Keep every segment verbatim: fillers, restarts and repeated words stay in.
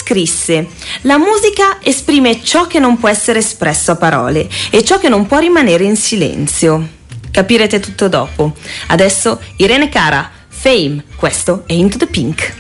scrisse: la musica esprime ciò che non può essere espresso a parole e ciò che non può rimanere in silenzio. Capirete tutto dopo. Adesso Irene Cara, Fame, questo è Into the Pink.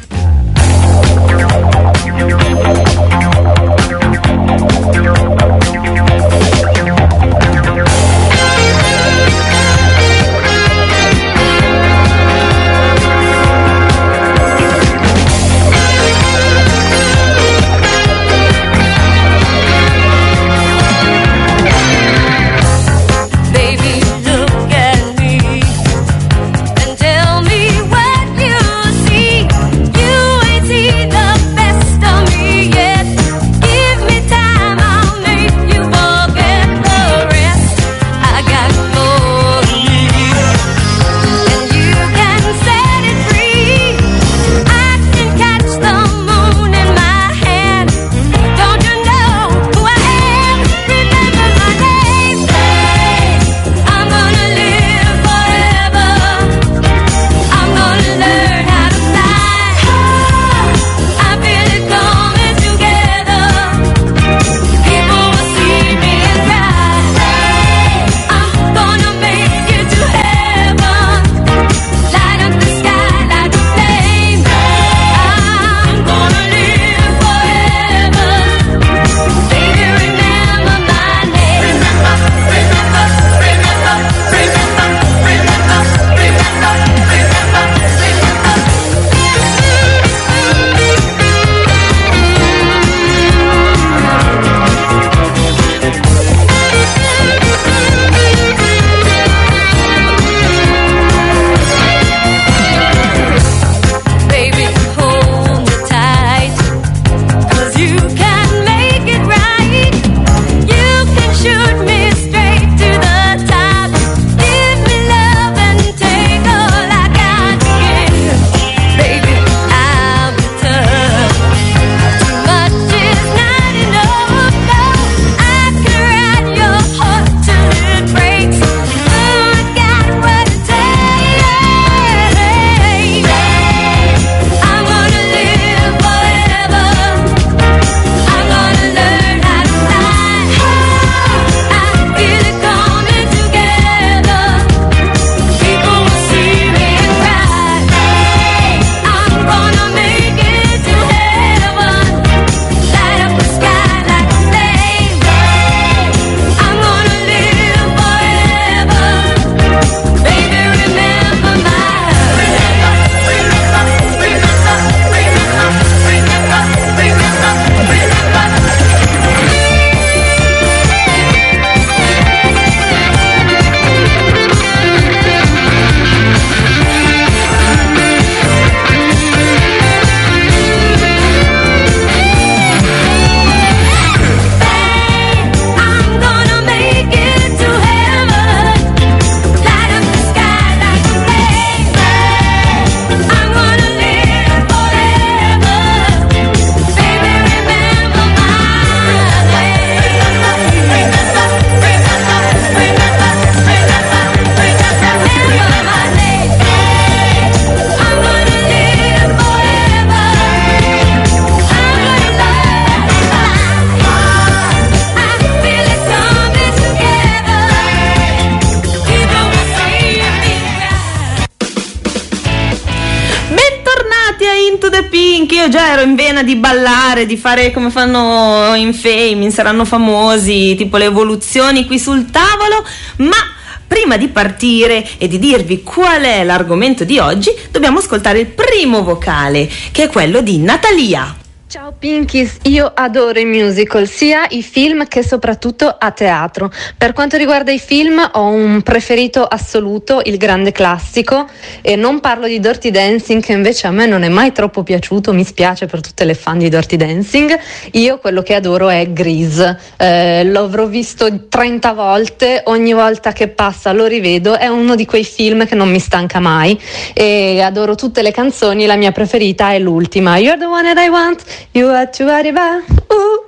Io già ero in vena di ballare, di fare come fanno in Fame, saranno famosi, tipo le evoluzioni qui sul tavolo, ma prima di partire e di dirvi qual è l'argomento di oggi, dobbiamo ascoltare il primo vocale, che è quello di Natalia. Ciao Pinkies, io adoro i musical, sia i film che soprattutto a teatro. Per quanto riguarda i film ho un preferito assoluto, il grande classico, e non parlo di Dirty Dancing, che invece a me non è mai troppo piaciuto, mi spiace per tutte le fan di Dirty Dancing. Io quello che adoro è Grease, eh, l'avrò visto trenta volte, ogni volta che passa lo rivedo, è uno di quei film che non mi stanca mai e adoro tutte le canzoni. La mia preferita è l'ultima, You're the one that I want. You are to arriva, uh,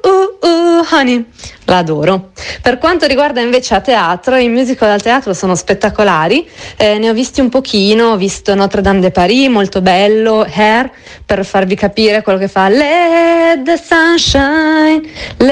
uh, uh, honey. L'adoro. Per quanto riguarda invece a teatro, i musical al teatro sono spettacolari, eh, ne ho visti un pochino, ho visto Notre Dame de Paris, molto bello, Hair, per farvi capire quello che fa Let the sunshine,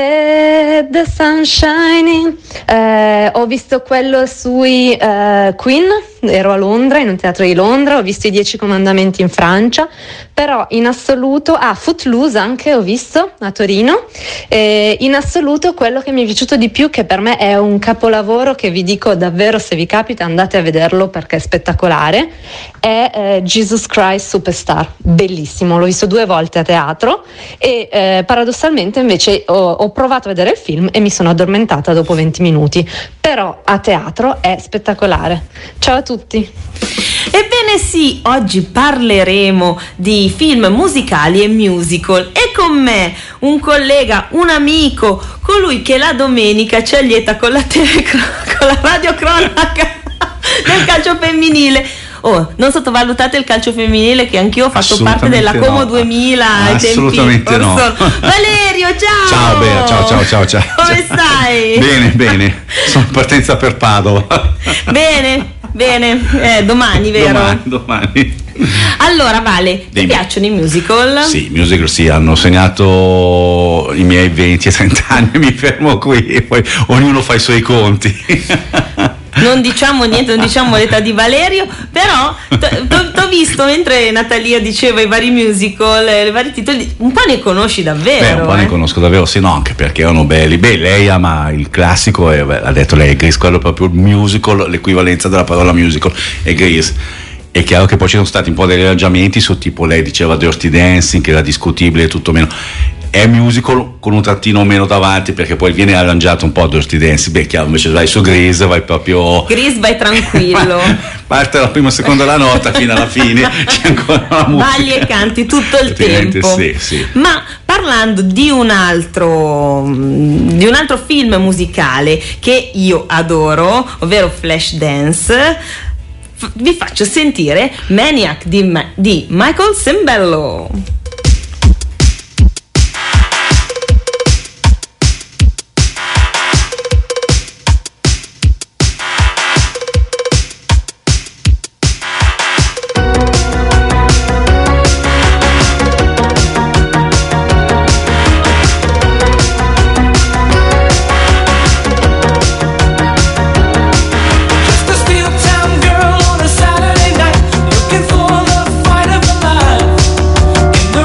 let the sunshine. Eh, ho visto quello sui eh, Queen, ero a Londra, in un teatro di Londra, ho visto i Dieci Comandamenti in Francia, però in assoluto, ah, Footloose anche ho visto a Torino, eh, in assoluto quello che mi è piaciuto di più, che per me è un capolavoro, che vi dico davvero, se vi capita andate a vederlo perché è spettacolare, è eh, Jesus Christ Superstar, bellissimo, l'ho visto due volte a teatro e eh, paradossalmente invece ho, ho provato a vedere il film e mi sono addormentata dopo venti minuti, però a teatro è spettacolare. Ciao a tutti. Ebbene sì, oggi parleremo di film musicali e musical e con me un collega, un amico, colui che la domenica ci allieta con la, telecro- con la radiocronaca del calcio femminile. Oh, non sottovalutate il calcio femminile, che anch'io ho fatto parte della no. Como duemila ai Assolutamente tempi. no. Valerio, ciao! Ciao Bea, ciao ciao ciao ciao. Come stai? Bene, bene. Sono in partenza per Padova. Bene, bene. Eh, domani, vero? Domani, domani. Allora, Vale, Dimmi. ti piacciono i musical? Sì, i musical sì, hanno segnato i miei venti e trenta anni, mi fermo qui e poi ognuno fa i suoi conti. Non diciamo niente, non diciamo l'età di Valerio, però ti ho visto mentre Natalia diceva i vari musical, i vari titoli, un po' ne conosci davvero? Beh, un po' eh? ne conosco davvero, sì, no, anche perché erano belli. Beh, lei ama il classico, e, beh, ha detto lei, Grease, quello proprio il musical, l'equivalenza della parola musical è Grease. È chiaro che poi ci sono stati un po' degli arrangiamenti su, tipo lei diceva Dirty Dancing, che era discutibile e tutto meno. È musical con un trattino meno davanti, perché poi viene arrangiato un po' Dirty Dancing. Beh, chiaro, invece vai su Grease, vai proprio Grease, vai tranquillo. Parte la prima, seconda la nota fino alla fine c'è ancora la musica. Balli e canti tutto il Praticamente tempo. sì, sì. Ma parlando di un altro di un altro film musicale che io adoro, ovvero Flashdance, f- vi faccio sentire Maniac di, Ma- di Michael Sembello. Girl on a Saturday night, looking for the fight of her life.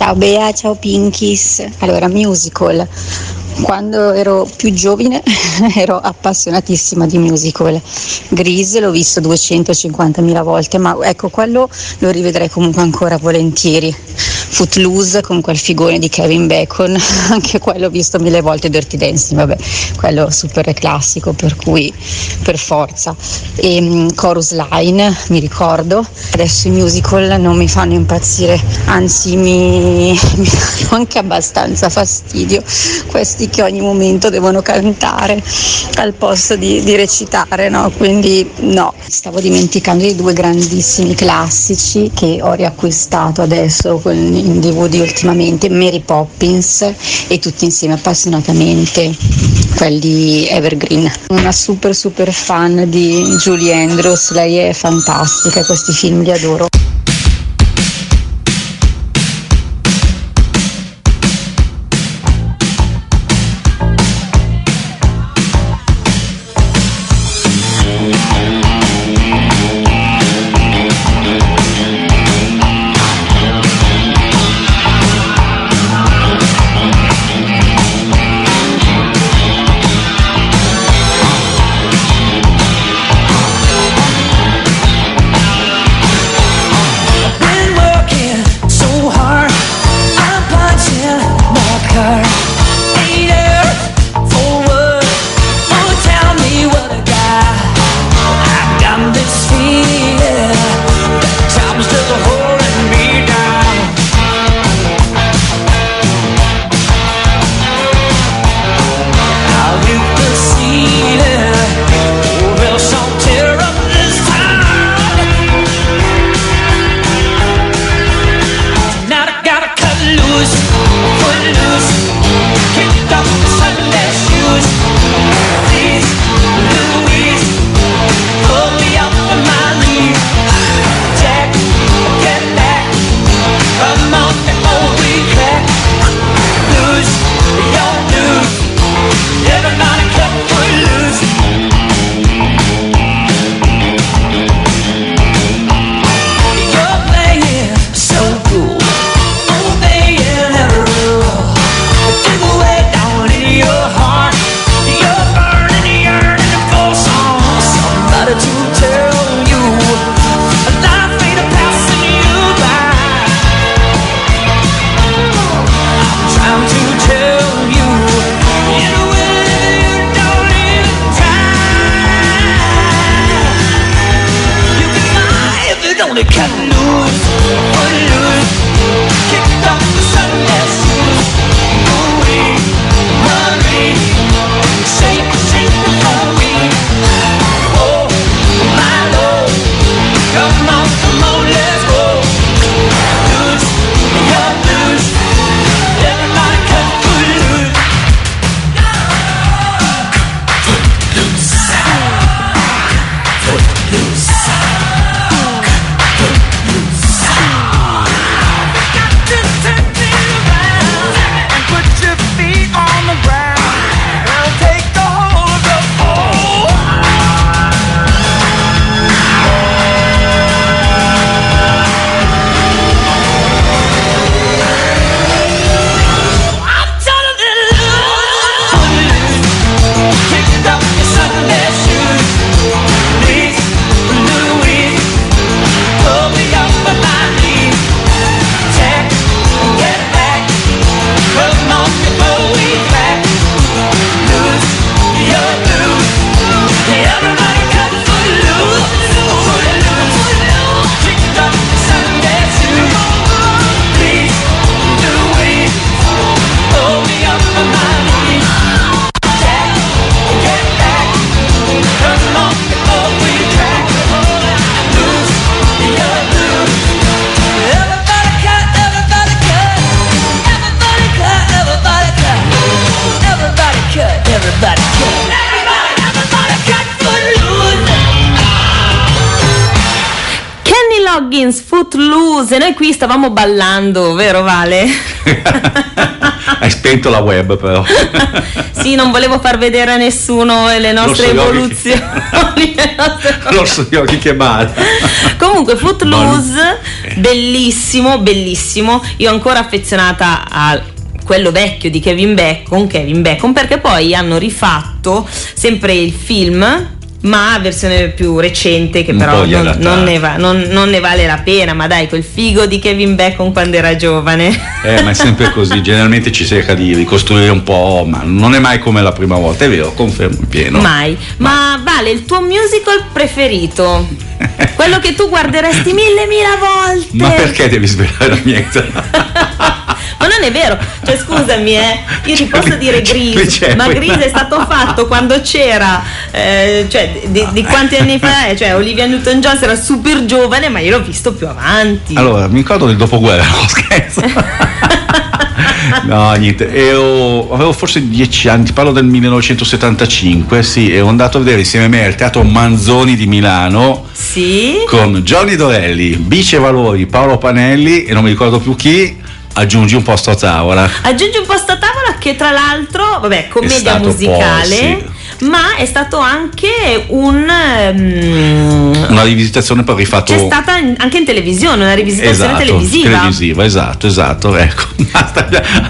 Ciao Bea, ciao Pinkies. Allora, musical. Quando ero più giovane ero appassionatissima di musical. Grease l'ho visto duecentocinquantamila volte, ma ecco, quello lo rivedrei comunque ancora volentieri. Footloose con quel figone di Kevin Bacon, anche quello ho visto mille volte. Dirty Dancing, vabbè, quello super classico, per cui per forza. E um, Chorus Line, mi ricordo. Adesso i musical non mi fanno impazzire, anzi mi, mi fanno anche abbastanza fastidio, questi che ogni momento devono cantare al posto di, di recitare, no? Quindi no. Stavo dimenticando i due grandissimi classici che ho riacquistato adesso in D V D ultimamente, Mary Poppins e Tutti insieme appassionatamente, quelli evergreen. Una super super fan di Julie Andrews, lei è fantastica, questi film li adoro. Loggins, Footloose, e noi qui stavamo ballando, vero Vale? Hai spento la web però. Sì, non volevo far vedere a nessuno le nostre evoluzioni. L'orso di occhi che balla. Comunque Footloose, bellissimo, bellissimo. Io ancora affezionata a quello vecchio di Kevin Bacon, Kevin Bacon, perché poi hanno rifatto sempre il film, ma versione più recente, che Un però po' gli non, adattati. non, ne va, non, non ne vale la pena. Ma dai, quel figo di Kevin Bacon quando era giovane. Eh, ma è sempre così, generalmente ci cerca di ricostruire un po', ma non è mai come la prima volta, è vero, confermo in pieno. Mai. Ma Vale, il tuo musical preferito? Quello che tu guarderesti mille mila volte. Ma perché devi svelare la mia età? Ma non è vero, cioè scusami, eh, io ti posso dire Grease, C'è, ma poi- Grease è stato fatto quando c'era, eh, cioè di, di quanti anni fa è? Cioè Olivia Newton-John era super giovane, ma io l'ho visto più avanti. Allora, mi ricordo del dopoguerra, no scherzo. No, niente, ero, avevo forse dieci anni, ti parlo del millenovecentosettantacinque, sì, ero andato a vedere insieme a me al Teatro Manzoni di Milano Sì? con Johnny Dorelli, Bice Valori, Paolo Panelli e non mi ricordo più chi. Aggiungi un posto a tavola. Aggiungi un posto a tavola che tra l'altro, vabbè, È commedia stato musicale, poi, ma è stato anche un... um, Una rivisitazione poi rifatto. c'è stata in- anche in televisione, una rivisitazione Esatto, televisiva. televisiva, esatto, esatto, ecco. Basta,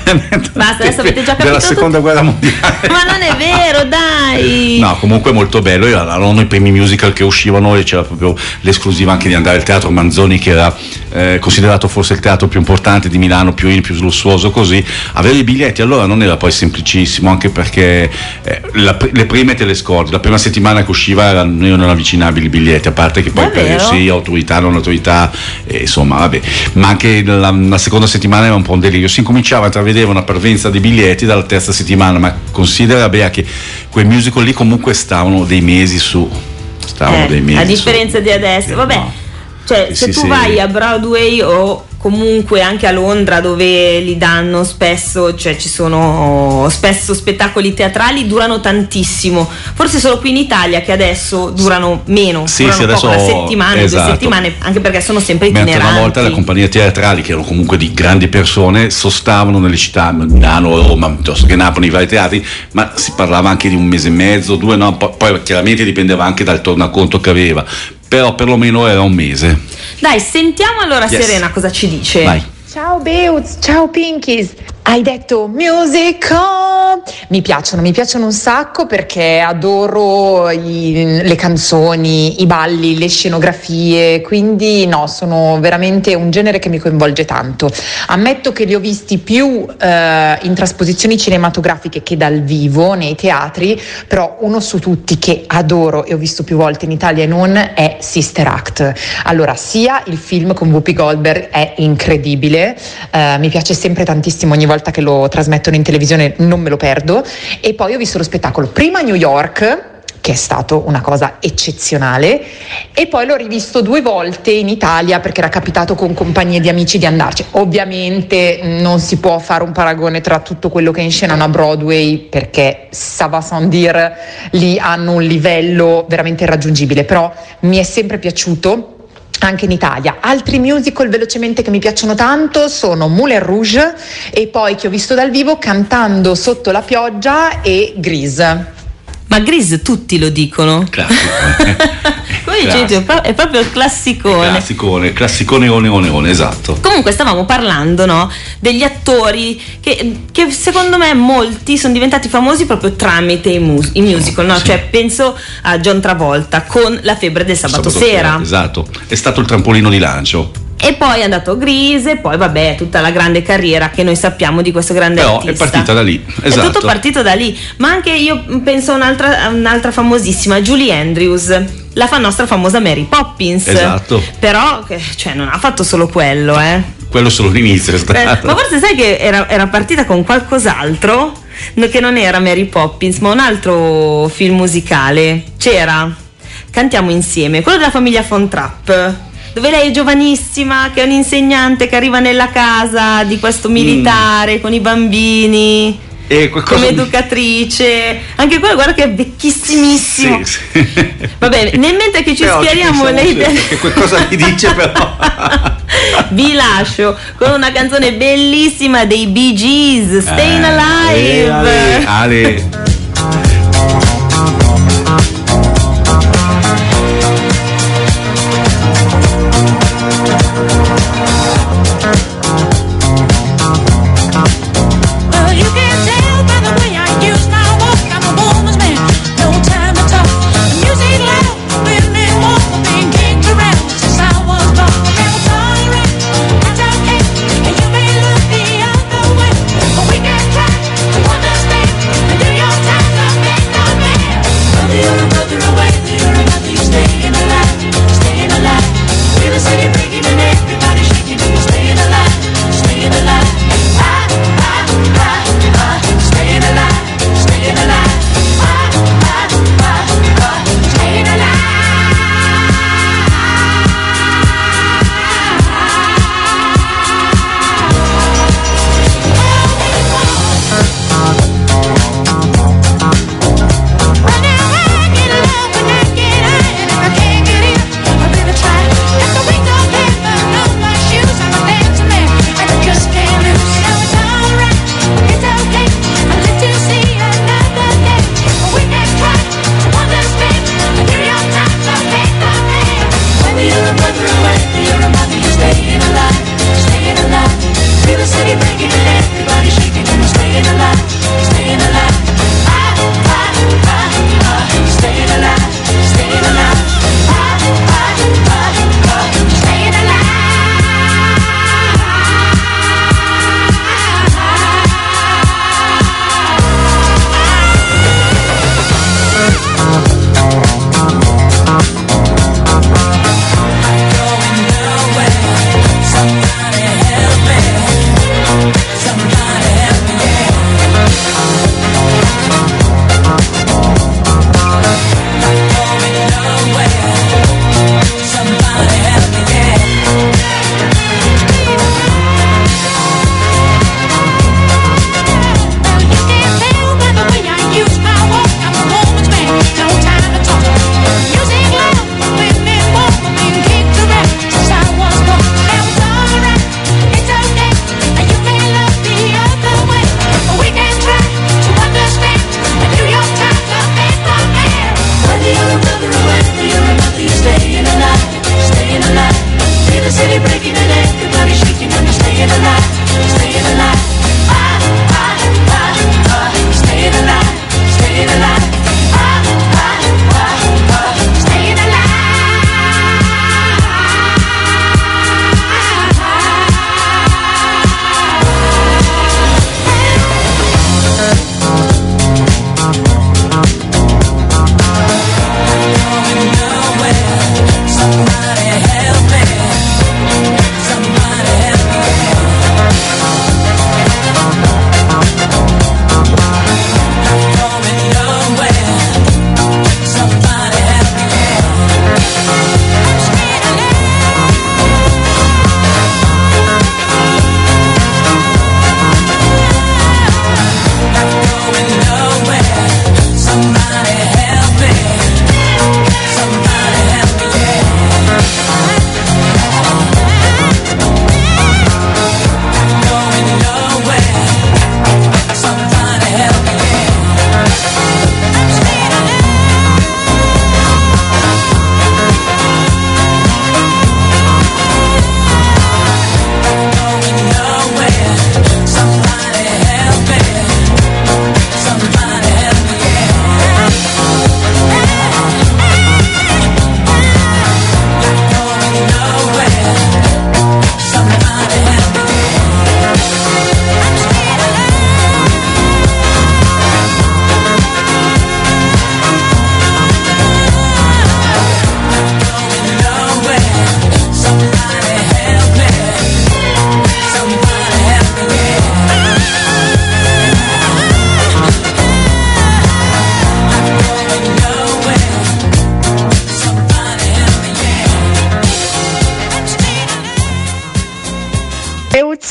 Basta, adesso avete già capito della tutto. seconda guerra mondiale. Ma non è vero, dai! No, comunque molto bello, erano i primi musical che uscivano e c'era proprio l'esclusiva anche di andare al Teatro Manzoni, che era eh, considerato forse il teatro più importante di Milano, più in, più lussuoso, così. Avere i biglietti allora non era poi semplicissimo, anche perché eh, la, le prime te le scordi, la prima settimana che usciva erano, erano avvicinabili i biglietti, a parte che poi Davvero? per sì, autorità, non autorità, eh, insomma, vabbè. Ma anche la, la seconda settimana era un po' un delirio, si incominciava a intravedere una parvenza di biglietti dalla terza settimana, ma considera Bea che quei musical lì comunque stavano dei mesi su, stavano Eh, dei mesi a differenza su. di adesso, vabbè, No. cioè Sì, se sì, tu sì. vai a Broadway o comunque anche a Londra, dove li danno spesso, cioè ci sono spesso spettacoli teatrali, durano tantissimo. Forse solo qui in Italia che adesso durano meno, Sì, durano sì, poco, adesso- una settimana, esatto. due settimane, anche perché sono sempre Mentre itineranti. una volta le compagnie teatrali, che erano comunque di grandi persone, sostavano nelle città, Milano, Roma, piuttosto che Napoli, i vari teatri, ma si parlava anche di un mese e mezzo, due, no, poi, poi chiaramente dipendeva anche dal tornaconto che aveva, però perlomeno era un mese. Dai, sentiamo allora Yes. Serena cosa ci dice. Vai. Ciao Beuz, ciao Pinkies. Hai detto musical? Mi piacciono, mi piacciono un sacco perché adoro i- le canzoni, i balli, le scenografie, quindi no, sono veramente un genere che mi coinvolge tanto. Ammetto che li ho visti più eh, in trasposizioni cinematografiche che dal vivo nei teatri, però uno su tutti che adoro e ho visto più volte in Italia e non è Sister Act. Allora, sia il film con Whoopi Goldberg è incredibile, eh, mi piace sempre tantissimo, ogni volta che lo trasmettono in televisione non me lo perdo, e poi ho visto lo spettacolo prima a New York, che è stato una cosa eccezionale, e poi l'ho rivisto due volte in Italia perché era capitato con compagnie di amici di andarci. Ovviamente non si può fare un paragone tra tutto quello che inscenano a Broadway, perché ça va sans dire, lì hanno un livello veramente irraggiungibile, però mi è sempre piaciuto anche in Italia. Altri musical velocemente che mi piacciono tanto sono Moulin Rouge, e poi che ho visto dal vivo Cantando sotto la pioggia e Grease. Ma Grease tutti lo dicono. Classico. Come dicevi, è pro- è proprio il classicone. Classicone, classicone, one, one, one, esatto. Comunque stavamo parlando, no, degli attori che, che secondo me molti sono diventati famosi proprio tramite i, mus- i musical, no? Sì. Cioè penso a John Travolta con La febbre del sabato, sera. Esatto, è stato il trampolino di lancio. E poi è andato a Grease, e poi vabbè tutta la grande carriera che noi sappiamo di questo grande Però artista. è partita da lì, esatto. È tutto partito da lì. Ma anche io penso a un'altra, a un'altra famosissima, Julie Andrews, la fa nostra famosa Mary Poppins. Esatto. Però che- cioè, non ha fatto solo quello, eh. Quello solo l'inizio è Eh, stato. ma forse sai che era, era partita con qualcos'altro, no, che non era Mary Poppins, ma un altro film musicale. C'era Cantiamo insieme, quello della famiglia Von Trapp, dove lei è giovanissima, che è un'insegnante che arriva nella casa di questo militare con i bambini, E qualcosa come mi- educatrice. Anche quello, guarda che è vecchissimissimo. Sì, sì. Va bene, nel mentre che ci Però schiariamo pensiamo le idee, sempre che qualcosa mi dice però. vi lascio con una canzone bellissima dei Bee Gees, Stayin' Eh, Alive. Ale, Ale.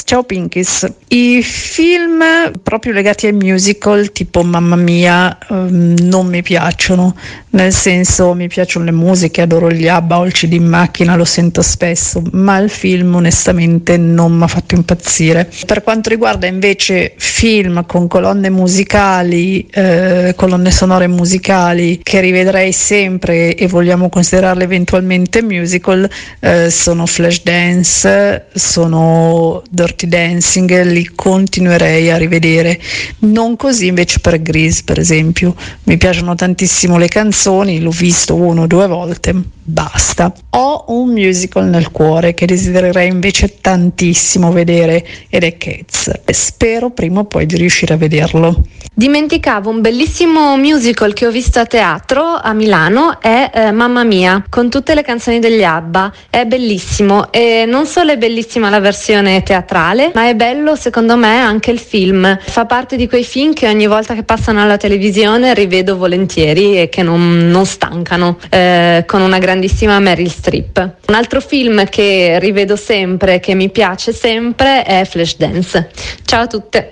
Ciao Pinkies. I film proprio legati ai musical tipo Mamma Mia um, non mi piacciono, nel senso mi piacciono le musiche, adoro gli ABBA, ho il C D in macchina, lo sento spesso, ma il film onestamente non mi ha fatto impazzire. Per quanto riguarda invece film con colonne musicali, eh, colonne sonore musicali che rivedrei sempre e vogliamo considerarle eventualmente musical, eh, sono Flashdance, sono Dirty Dancing, li continuerei a rivedere. Non così invece per Grease, per esempio. Mi piacciono tantissimo le canzoni, l'ho visto uno o due volte, basta. Ho un musical nel cuore che desidererei invece tantissimo vedere ed è Cats. Spero prima o poi di riuscire a vederlo. Dimenticavo un bellissimo musical che ho visto a teatro a Milano, è eh, Mamma Mia, con tutte le canzoni degli ABBA. È bellissimo e non solo è bellissima la versione teatrale, ma è bello secondo me anche il film. Fa parte di quei film che ogni volta che passano alla televisione rivedo volentieri e che non, non stancano, eh, con una grandissima Meryl Streep. Un altro film che rivedo sempre, che mi piace sempre, è Flashdance. Ciao a tutte!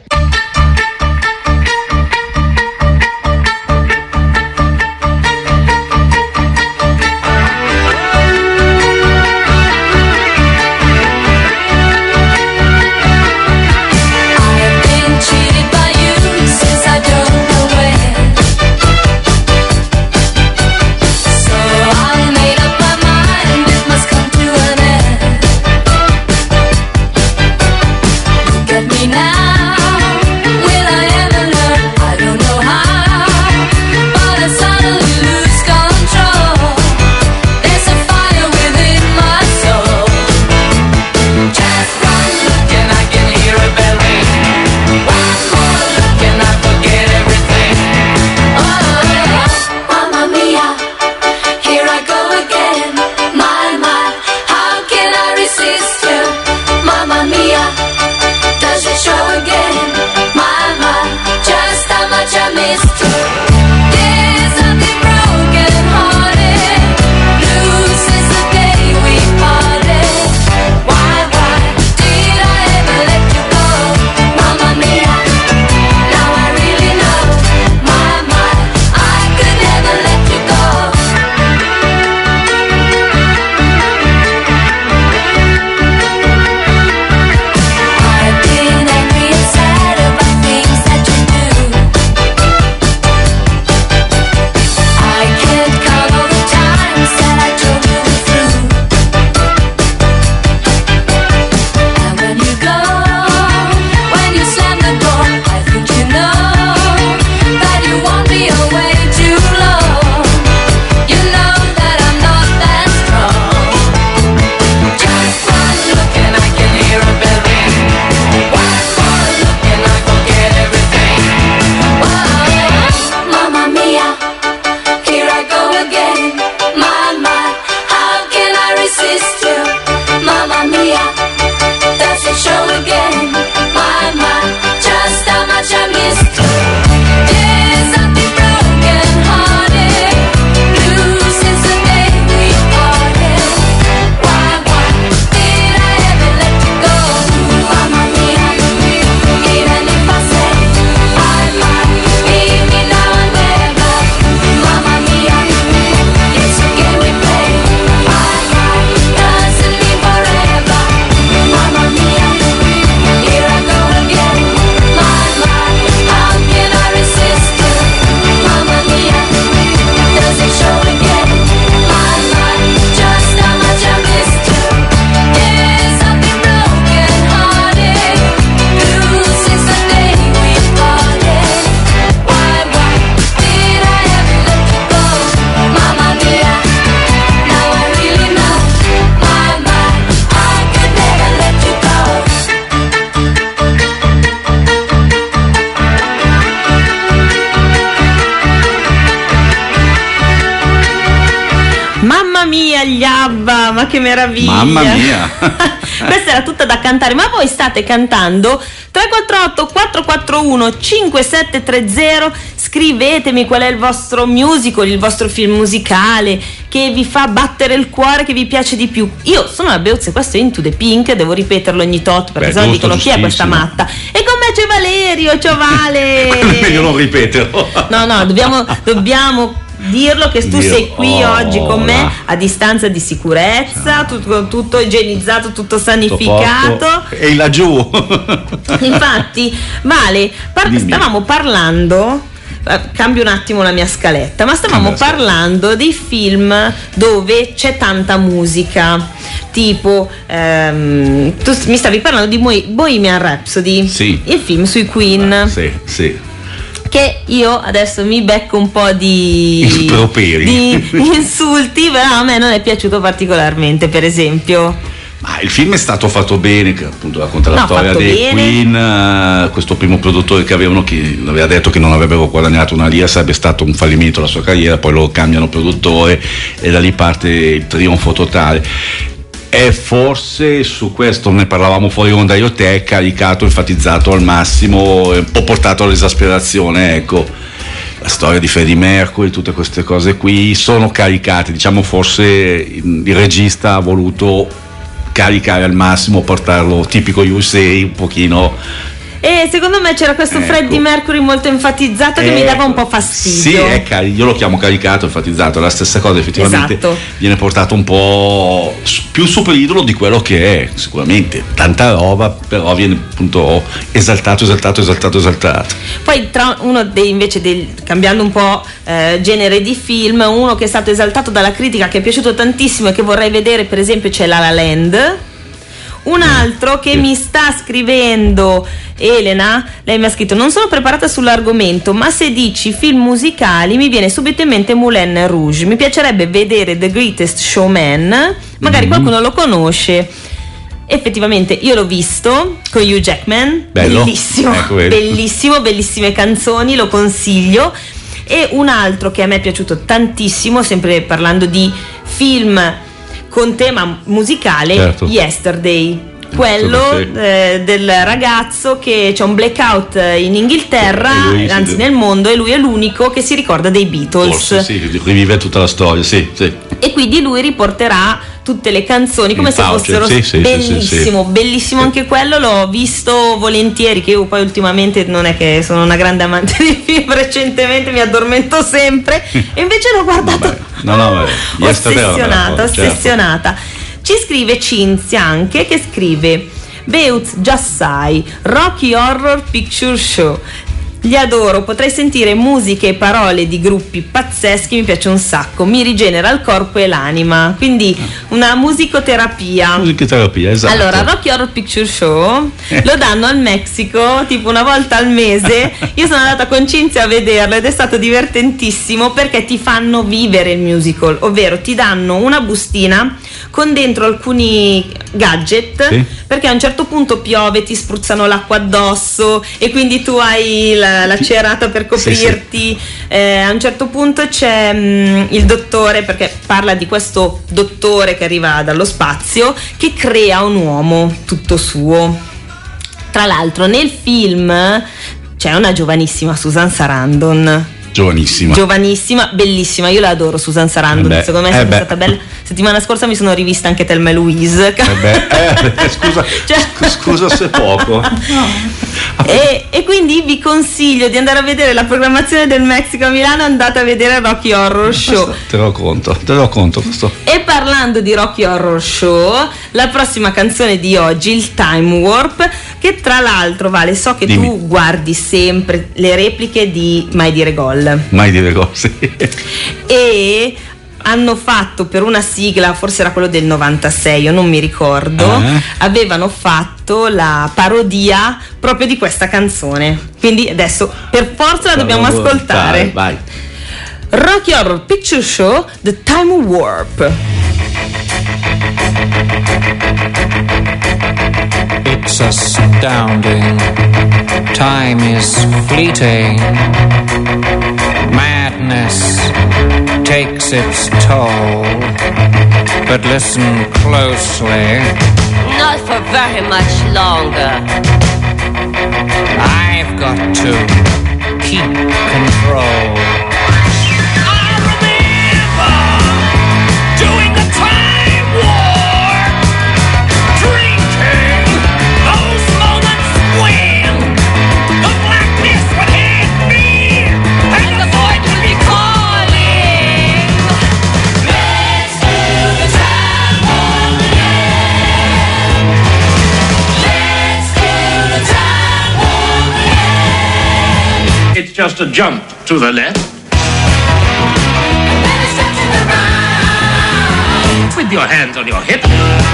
Now mia, gli ABBA, ma che meraviglia. Mamma mia. Questa era tutta da cantare, ma voi state cantando? Tre quattro otto quattro quattro uno cinque sette tre zero. Scrivetemi qual è il vostro musical, il vostro film musicale che vi fa battere il cuore, che vi piace di più. Io sono la Beuzzi e questo è Into the Pink, devo ripeterlo ogni tot perché sennò dicono chi è questa matta. E con me c'è Valerio, ciao Vale. Meglio non ripeterlo. No, no, dobbiamo, dobbiamo dirlo che tu Dio, sei qui oh, oggi con me là. a distanza di sicurezza, tutto, tutto igienizzato, tutto sanificato. E laggiù. Infatti, Vale, par- stavamo parlando. Cambio un attimo la mia scaletta, ma stavamo Cambia parlando dei film dove c'è tanta musica, tipo ehm, tu mi stavi parlando di Boh- Bohemian Rhapsody, sì. Il film sui Queen, ah, sì, sì. che io adesso mi becco un po' di, di insulti, però a me non è piaciuto particolarmente, per esempio. Ah, il film è stato fatto bene, che appunto racconta la no, storia dei bene. Queen, uh, questo primo produttore che avevano, che aveva detto che non avrebbero guadagnato una lira, sarebbe stato un fallimento la sua carriera, poi lo cambiano produttore e da lì parte il trionfo totale. E forse su questo ne parlavamo fuori onda io te, caricato, enfatizzato al massimo, un po' portato all'esasperazione, ecco. La storia di Freddie Mercury, tutte queste cose qui sono caricate, diciamo forse il regista ha voluto caricare al massimo, portarlo tipico U S A, un pochino. E secondo me c'era questo ecco. Freddie Mercury molto enfatizzato che ecco. mi dava un po' fastidio. Sì, è car- io lo chiamo caricato, enfatizzato, è la stessa cosa, effettivamente esatto. Viene portato un po' più super idolo di quello che è, sicuramente tanta roba, però viene appunto esaltato, esaltato, esaltato, esaltato. Poi tra uno dei invece del, cambiando un po' eh, genere di film, uno che è stato esaltato dalla critica, che è piaciuto tantissimo e che vorrei vedere, per esempio, c'è La La Land. Un altro che sì. mi sta scrivendo Elena, lei mi ha scritto: non sono preparata sull'argomento, ma se dici film musicali mi viene subito in mente Moulin Rouge. Mi piacerebbe vedere The Greatest Showman, magari mm-hmm. qualcuno lo conosce. Effettivamente io l'ho visto con Hugh Jackman. Bello. Bellissimo, ecco, bellissimo, bellissime canzoni, lo consiglio. E un altro che a me è piaciuto tantissimo, sempre parlando di film con tema musicale, certo. Yesterday, quello eh, del ragazzo che c'è un blackout in Inghilterra, lui, anzi sì, nel mondo, e lui è l'unico che si ricorda dei Beatles. Forse, sì, rivive tutta la storia, sì, sì. E quindi lui riporterà tutte le canzoni come il se voucher, fossero sì, sì, bellissimo, sì, sì. bellissimo anche quello, l'ho visto volentieri, che io poi ultimamente non è che sono una grande amante di film, recentemente mi addormento sempre e invece l'ho guardato. Vabbè. No, no, vabbè. ossessionata, certo. ossessionata. Ci scrive Cinzia anche, che scrive: Beuz, già sai, Rocky Horror Picture Show. Li adoro, potrei sentire musiche e parole di gruppi pazzeschi, mi piace un sacco, mi rigenera il corpo e l'anima, quindi una musicoterapia. Musicoterapia, esatto. Allora, Rocky Horror Picture Show lo danno al Messico tipo una volta al mese. Io sono andata con Cinzia a vederlo ed è stato divertentissimo perché ti fanno vivere il musical, ovvero ti danno una bustina con dentro alcuni gadget, sì. perché a un certo punto piove, ti spruzzano l'acqua addosso e quindi tu hai la, la cerata per coprirti, sì, sì. Eh, a un certo punto c'è mh, il dottore, perché parla di questo dottore che arriva dallo spazio che crea un uomo tutto suo. Tra l'altro nel film c'è una giovanissima Susan Sarandon. Giovanissima. Giovanissima, bellissima, io la adoro Susan Sarandon, eh beh, secondo me è eh stata bella. Settimana scorsa mi sono rivista anche Thelma e Louise. Eh beh, eh, scusa, cioè... scusa se poco. No. E, e quindi vi consiglio di andare a vedere la programmazione del Messico a Milano, andate a vedere Rocky Horror Show. Te lo conto, te lo conto questo. E parlando di Rocky Horror Show, la prossima canzone di oggi, il Time Warp, che tra l'altro, Vale, so che Dimmi. tu guardi sempre le repliche di Mai dire gol. Mai dire gol, sì. E hanno fatto per una sigla, forse era quello del novantasei, io non mi ricordo, uh-huh. avevano fatto la parodia proprio di questa canzone. Quindi adesso per forza la dobbiamo ascoltare. Vai, vai. Rocky Horror Picture Show, The Time Warp. It's astounding. Time is fleeting. Man madness takes its toll. But listen closely. Not for very much longer. I've got to keep control. I remember doing the time war, drinking those moments when the blackness would hit me and the void would be calling. Let's do the time war again. Let's do the time war again. It's just a jump to the left. With your hands on your hips.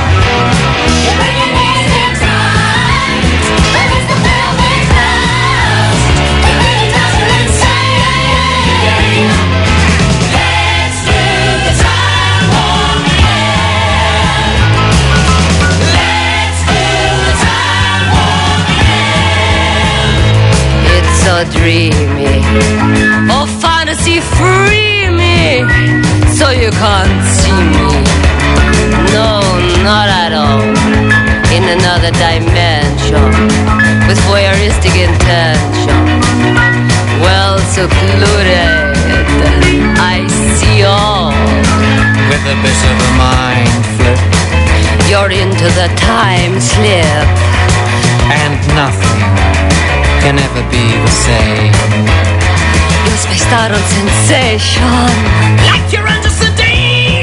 It's so dreamy. Oh, fantasy, free me. So you can't see me. No, not at all. In another dimension, with voyeuristic intention. Well secluded, I see all. With a bit of a mind flip. You're into the time slip. And nothing can ever be the same. You're spaced out on sensation. Like you're under sedation.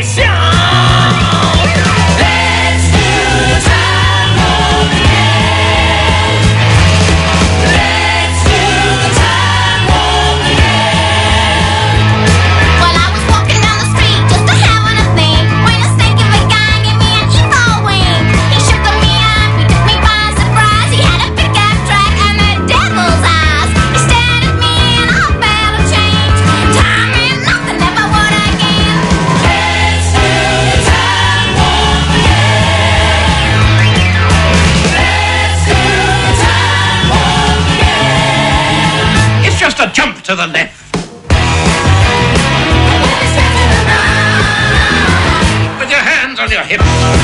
Let's do the time war again. Let's do the time war again. Well, I was walking down the street just to having a thing when a snake of a guy gave me an evil wing. He shook me up, he took me by surprise. He had a pickup truck and the devil's eyes. He stared at me and I felt a change. Time and nothing ever would again. Let's do the time war again. Let's do the time war again. It's just a jump to the left. With your hands on your hips.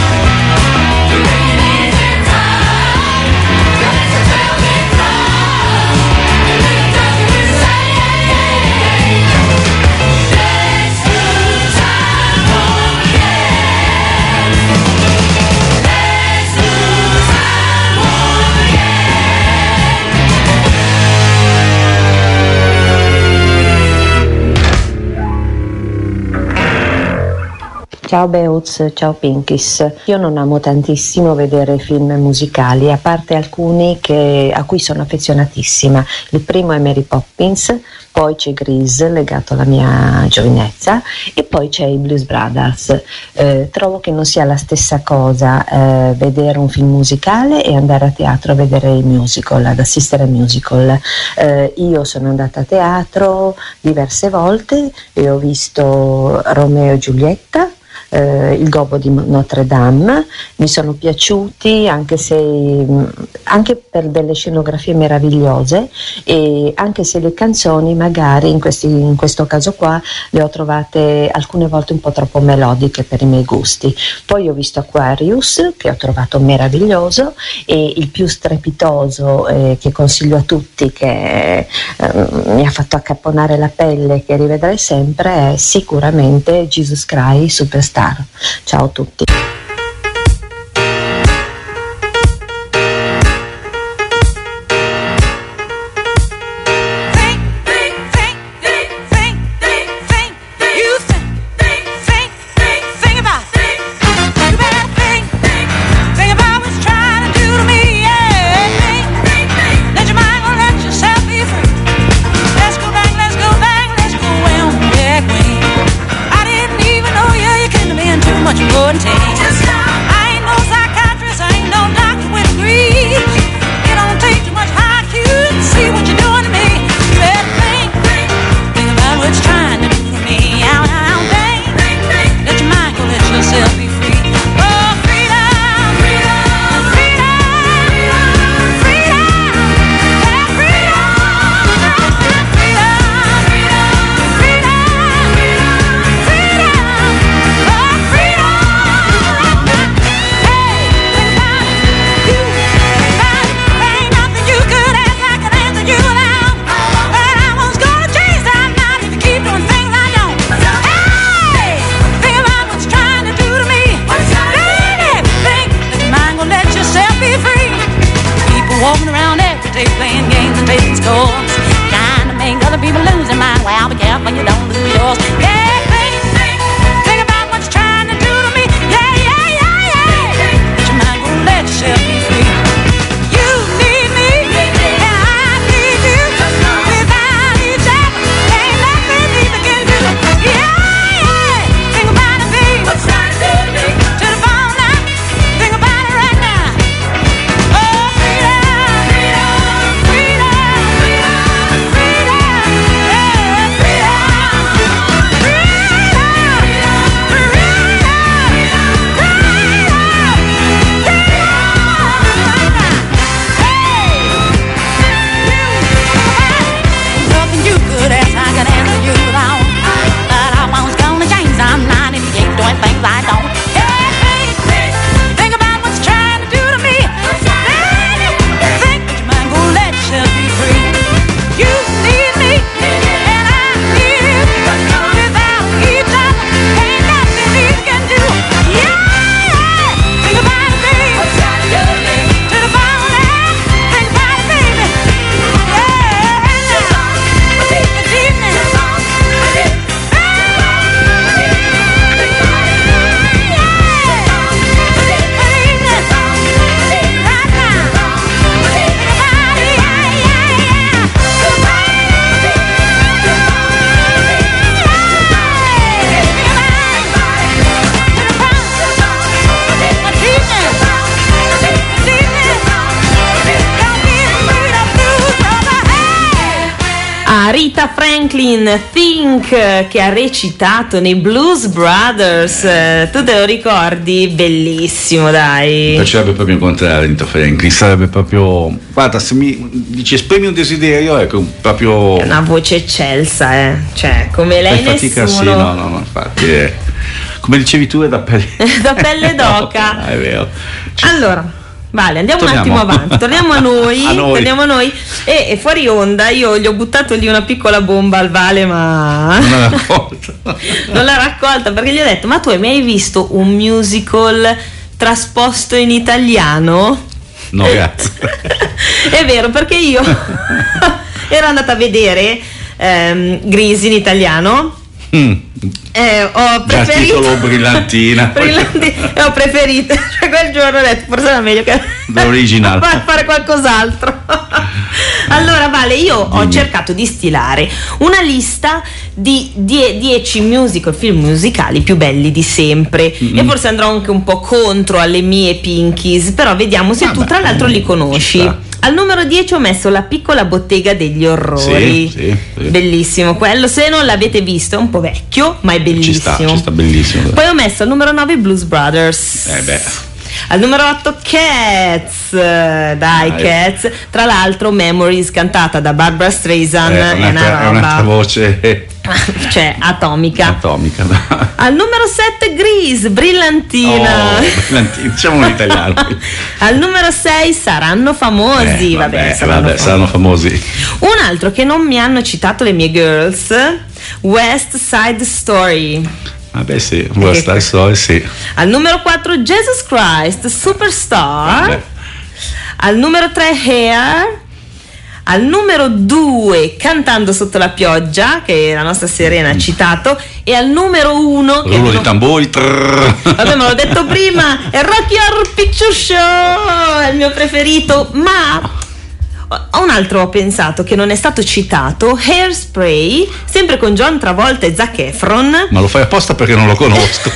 Ciao Beuz, ciao Pinkies. Io non amo tantissimo vedere film musicali, a parte alcuni che, a cui sono affezionatissima. Il primo è Mary Poppins, poi c'è Grease, legato alla mia giovinezza, e poi c'è i Blues Brothers. Eh, trovo che non sia la stessa cosa eh, vedere un film musicale e andare a teatro a vedere i musical, ad assistere a musical. Eh, io sono andata a teatro diverse volte e ho visto Romeo e Giulietta, eh, il Gobbo di Notre Dame, mi sono piaciuti anche se anche per delle scenografie meravigliose, e anche se le canzoni magari in, questi, in questo caso qua le ho trovate alcune volte un po' troppo melodiche per i miei gusti. Poi ho visto Aquarius, che ho trovato meraviglioso, e il più strepitoso eh, che consiglio a tutti, che eh, mi ha fatto accapponare la pelle, che rivedrei sempre, è sicuramente Jesus Christ Superstar. Ciao a tutti. Much more Aretha Franklin, Think, che ha recitato nei Blues Brothers. Tu te lo ricordi? Bellissimo, dai. Mi piacerebbe proprio incontrare Aretha Franklin, sarebbe proprio, guarda, se mi dici esprimi un desiderio, ecco, proprio è una voce eccelsa, eh. Cioè, come lei fai fatica, nessuno. sì, no, no, no, infatti è, come dicevi tu, è da pelle da pelle d'oca. No, è vero. Ci allora vale, andiamo torniamo. un attimo avanti, torniamo a noi, a noi. torniamo a noi e, e fuori onda io gli ho buttato lì una piccola bomba al Vale, ma non l'ha raccolta non l'ha raccolta perché gli ho detto: ma tu hai mai visto un musical trasposto in italiano? No, grazie. È vero, perché io ero andata a vedere ehm, Grease in italiano. Mm. Eh, ho Già preferito titolo brillantina. Brillanti- e ho preferito, cioè quel giorno ho detto forse era meglio che L'original. fare, fare qualcos'altro. Allora Vale, io ho Dimmi. cercato di stilare una lista di dieci musical, film musicali più belli di sempre. Mm-hmm. E forse andrò anche un po' contro alle mie Pinkies, però vediamo se Vabbè, tu tra l'altro li ci conosci. sta. Al numero dieci ho messo La piccola bottega degli orrori. Sì, sì, sì. Bellissimo quello, se non l'avete visto è un po' vecchio, ma è bellissimo. Ci sta, ci sta bellissimo. Poi ho messo al numero nove i Blues Brothers. Eh beh. Al numero otto Cats. Dai, Dai. Cats. Tra l'altro Memories cantata da Barbara Streisand Eh, è una un'altra, è un'altra roba, voce cioè atomica. atomica. Al numero sette Grease, brillantina. Oh, brillantina, diciamo in italiano. Al numero sei Saranno famosi. Eh, vabbè, vabbè, saranno, vabbè, famosi. saranno famosi. Un altro che non mi hanno citato le mie girls, West Side Story. Vabbè sì, vuoi stare solo, sì. Al numero quattro Jesus Christ Superstar. Vabbè. Al numero tre Hair. Al numero due Cantando sotto la pioggia, che la nostra Serena ha citato. E al numero uno che Rullo non- di tamburi. trrr. vabbè, me l'ho detto prima, è Rocky Horror Picture Show, è il mio preferito. Ma ho un altro ho pensato che non è stato citato, Hairspray, sempre con John Travolta e Zac Efron. Ma lo fai apposta perché non lo conosco.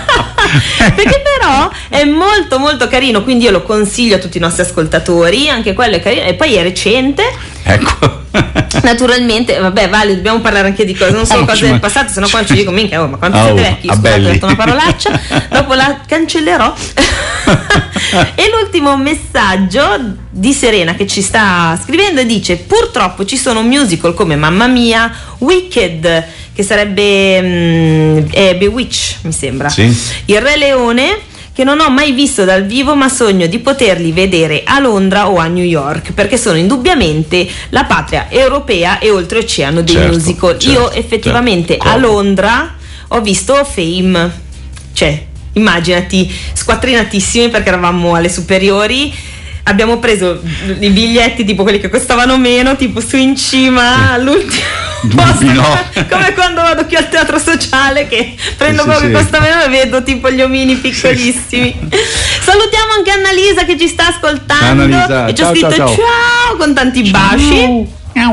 Perché però è molto molto carino, quindi io lo consiglio a tutti i nostri ascoltatori, anche quello è carino e poi è recente. Ecco. Naturalmente, vabbè, Vale, dobbiamo parlare anche di cose, non solo Oh, cose ci del ma- passato, sennò quando ci dico minchia, oh, ma quanto Oh, siete vecchi, ah, scusate, ho belli. detto una parolaccia, dopo la cancellerò. E l'ultimo messaggio di Serena che ci sta scrivendo dice: purtroppo ci sono musical come Mamma Mia, Wicked, che sarebbe mm, è Bewitch, mi sembra, Sì. Il Re Leone, che non ho mai visto dal vivo, ma sogno di poterli vedere a Londra o a New York, perché sono indubbiamente la patria europea e oltreoceano dei Certo, musical. certo, Io effettivamente certo. a Londra ho visto Fame, cioè immaginati, squattrinatissimi perché eravamo alle superiori. Abbiamo preso i biglietti tipo quelli che costavano meno, tipo su in cima all'ultimo posto, No. come quando vado qui al teatro sociale che prendo Sì, quello sì. che costa meno e vedo tipo gli omini piccolissimi. Salutiamo anche Annalisa che ci sta ascoltando. Annalisa, e ci ha ciao, scritto ciao, ciao, ciao. con tanti baci.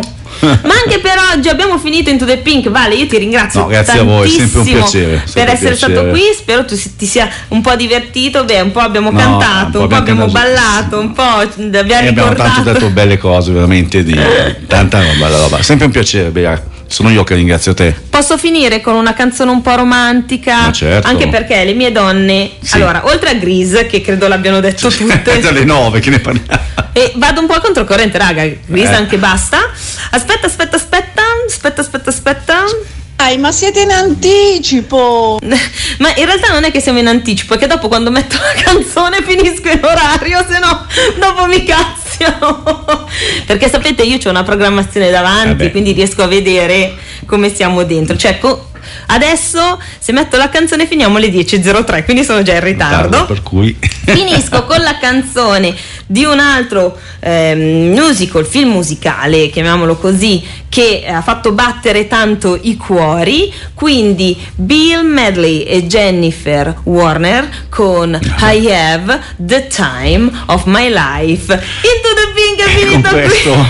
Ma anche per oggi abbiamo finito Into the Pink. Vale, io ti ringrazio No, grazie a voi, è sempre un tantissimo piacere, sempre per un essere piacere. stato qui. Spero tu si- ti sia un po' divertito. Beh, un po' abbiamo No, cantato, un po' abbiamo cantato. ballato, un po' abbiamo E abbiamo ricordato. tanto detto belle cose, veramente di tanta bella roba. Sempre un piacere, Bea. Sono io che ringrazio te. Posso finire con una canzone un po' romantica? Ma certo. Anche perché le mie donne, Sì. allora, oltre a Grease, che credo l'abbiano detto tutte, Dalle nove che ne parliamo. e vado un po' controcorrente, raga. Grease Eh. anche basta. Aspetta, aspetta, aspetta, aspetta, aspetta, aspetta. Dai, ma siete in anticipo! Ma in realtà non è che siamo in anticipo, è che dopo quando metto la canzone finisco in orario, se no dopo mi cazziano. Perché sapete, io ho una programmazione davanti, Eh beh. quindi riesco a vedere come siamo dentro. Cioè, co- adesso se metto la canzone finiamo alle dieci e zero tre, quindi sono già in ritardo. Per cui Finisco con la canzone di un altro ehm, musical, film musicale, chiamiamolo così, che ha fatto battere tanto i cuori, quindi Bill Medley e Jennifer Warner con I Have the Time of My Life. Into the Pink è con finito qui. questo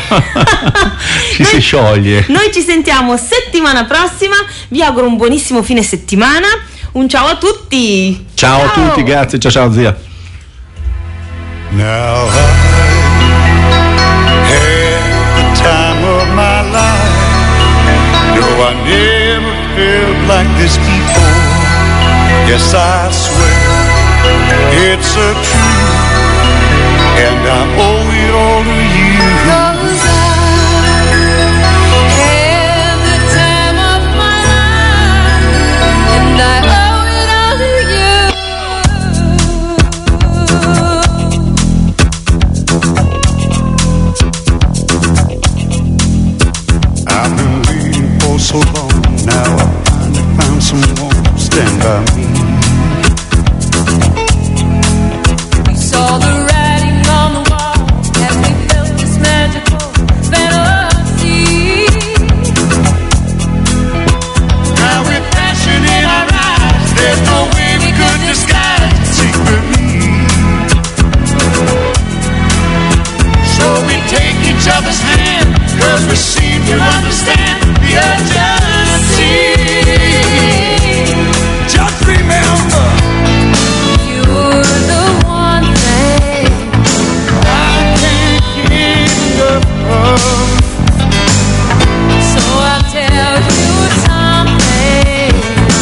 ci si scioglie. Noi ci sentiamo settimana prossima, vi auguro un buonissimo fine settimana, un ciao a tutti. Ciao a tutti, grazie, ciao ciao zia. Now I had the time of my life. I never felt like this before. Yes, I swear it's a truth, and I owe it all to you. 'Cause I had the time of my life, and I owe it all to you. I've been waiting for so long, now I finally found someone to stand by me. We saw the writing on the wall as we felt this magical fantasy. Now with passion in our eyes, there's no way we could disguise it secretly. So we take each other's hand, 'cause we seem to understand the urgency. Just remember, you're the one thing I can't get enough of. So I'll tell you something.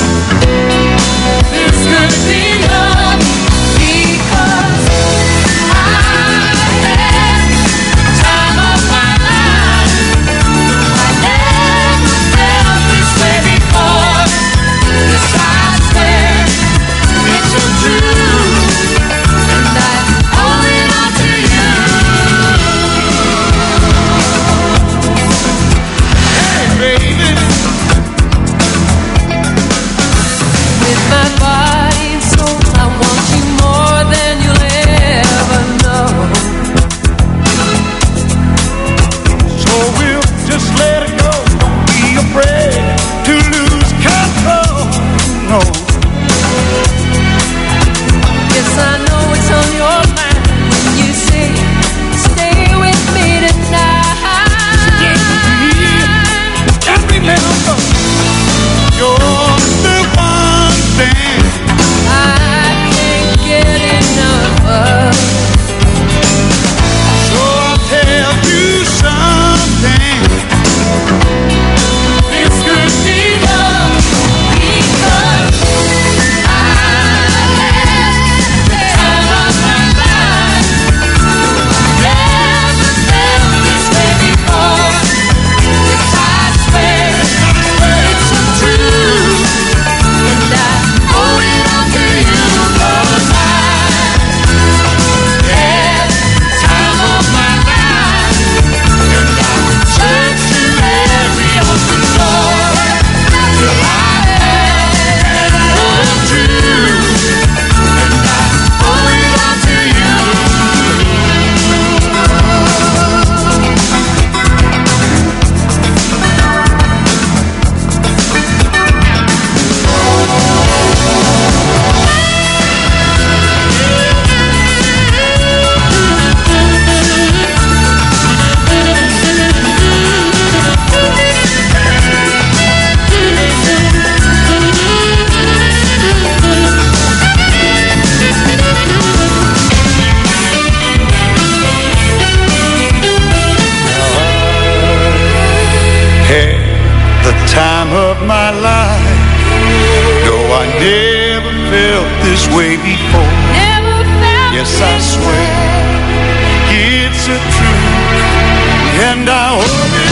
This could be love, because I had the time of my life. I never felt this way before. Yes, I swear it's a truth, and I owe it all to you. Hey, baby, with my body and soul, I want you more than you'll ever know. So we'll just let it go. Don't be afraid to lose control. No. Yes, I know it's on your mind when you say, stay with me tonight. Stay with me. Just remember, you're the one thing I can't get enough of. So I'll tell you something. This could be love, because I had the time of my life. Never felt this way before. Yes, I swear it's a truth, and I owe it all to you. 'Cause I had the time of my life, and I searched through every open door till I had the truth, and I owe it all to you. Had the time of my life. No, I never felt this way before. Never felt. Yes, I swear it's a truth, and I hope it.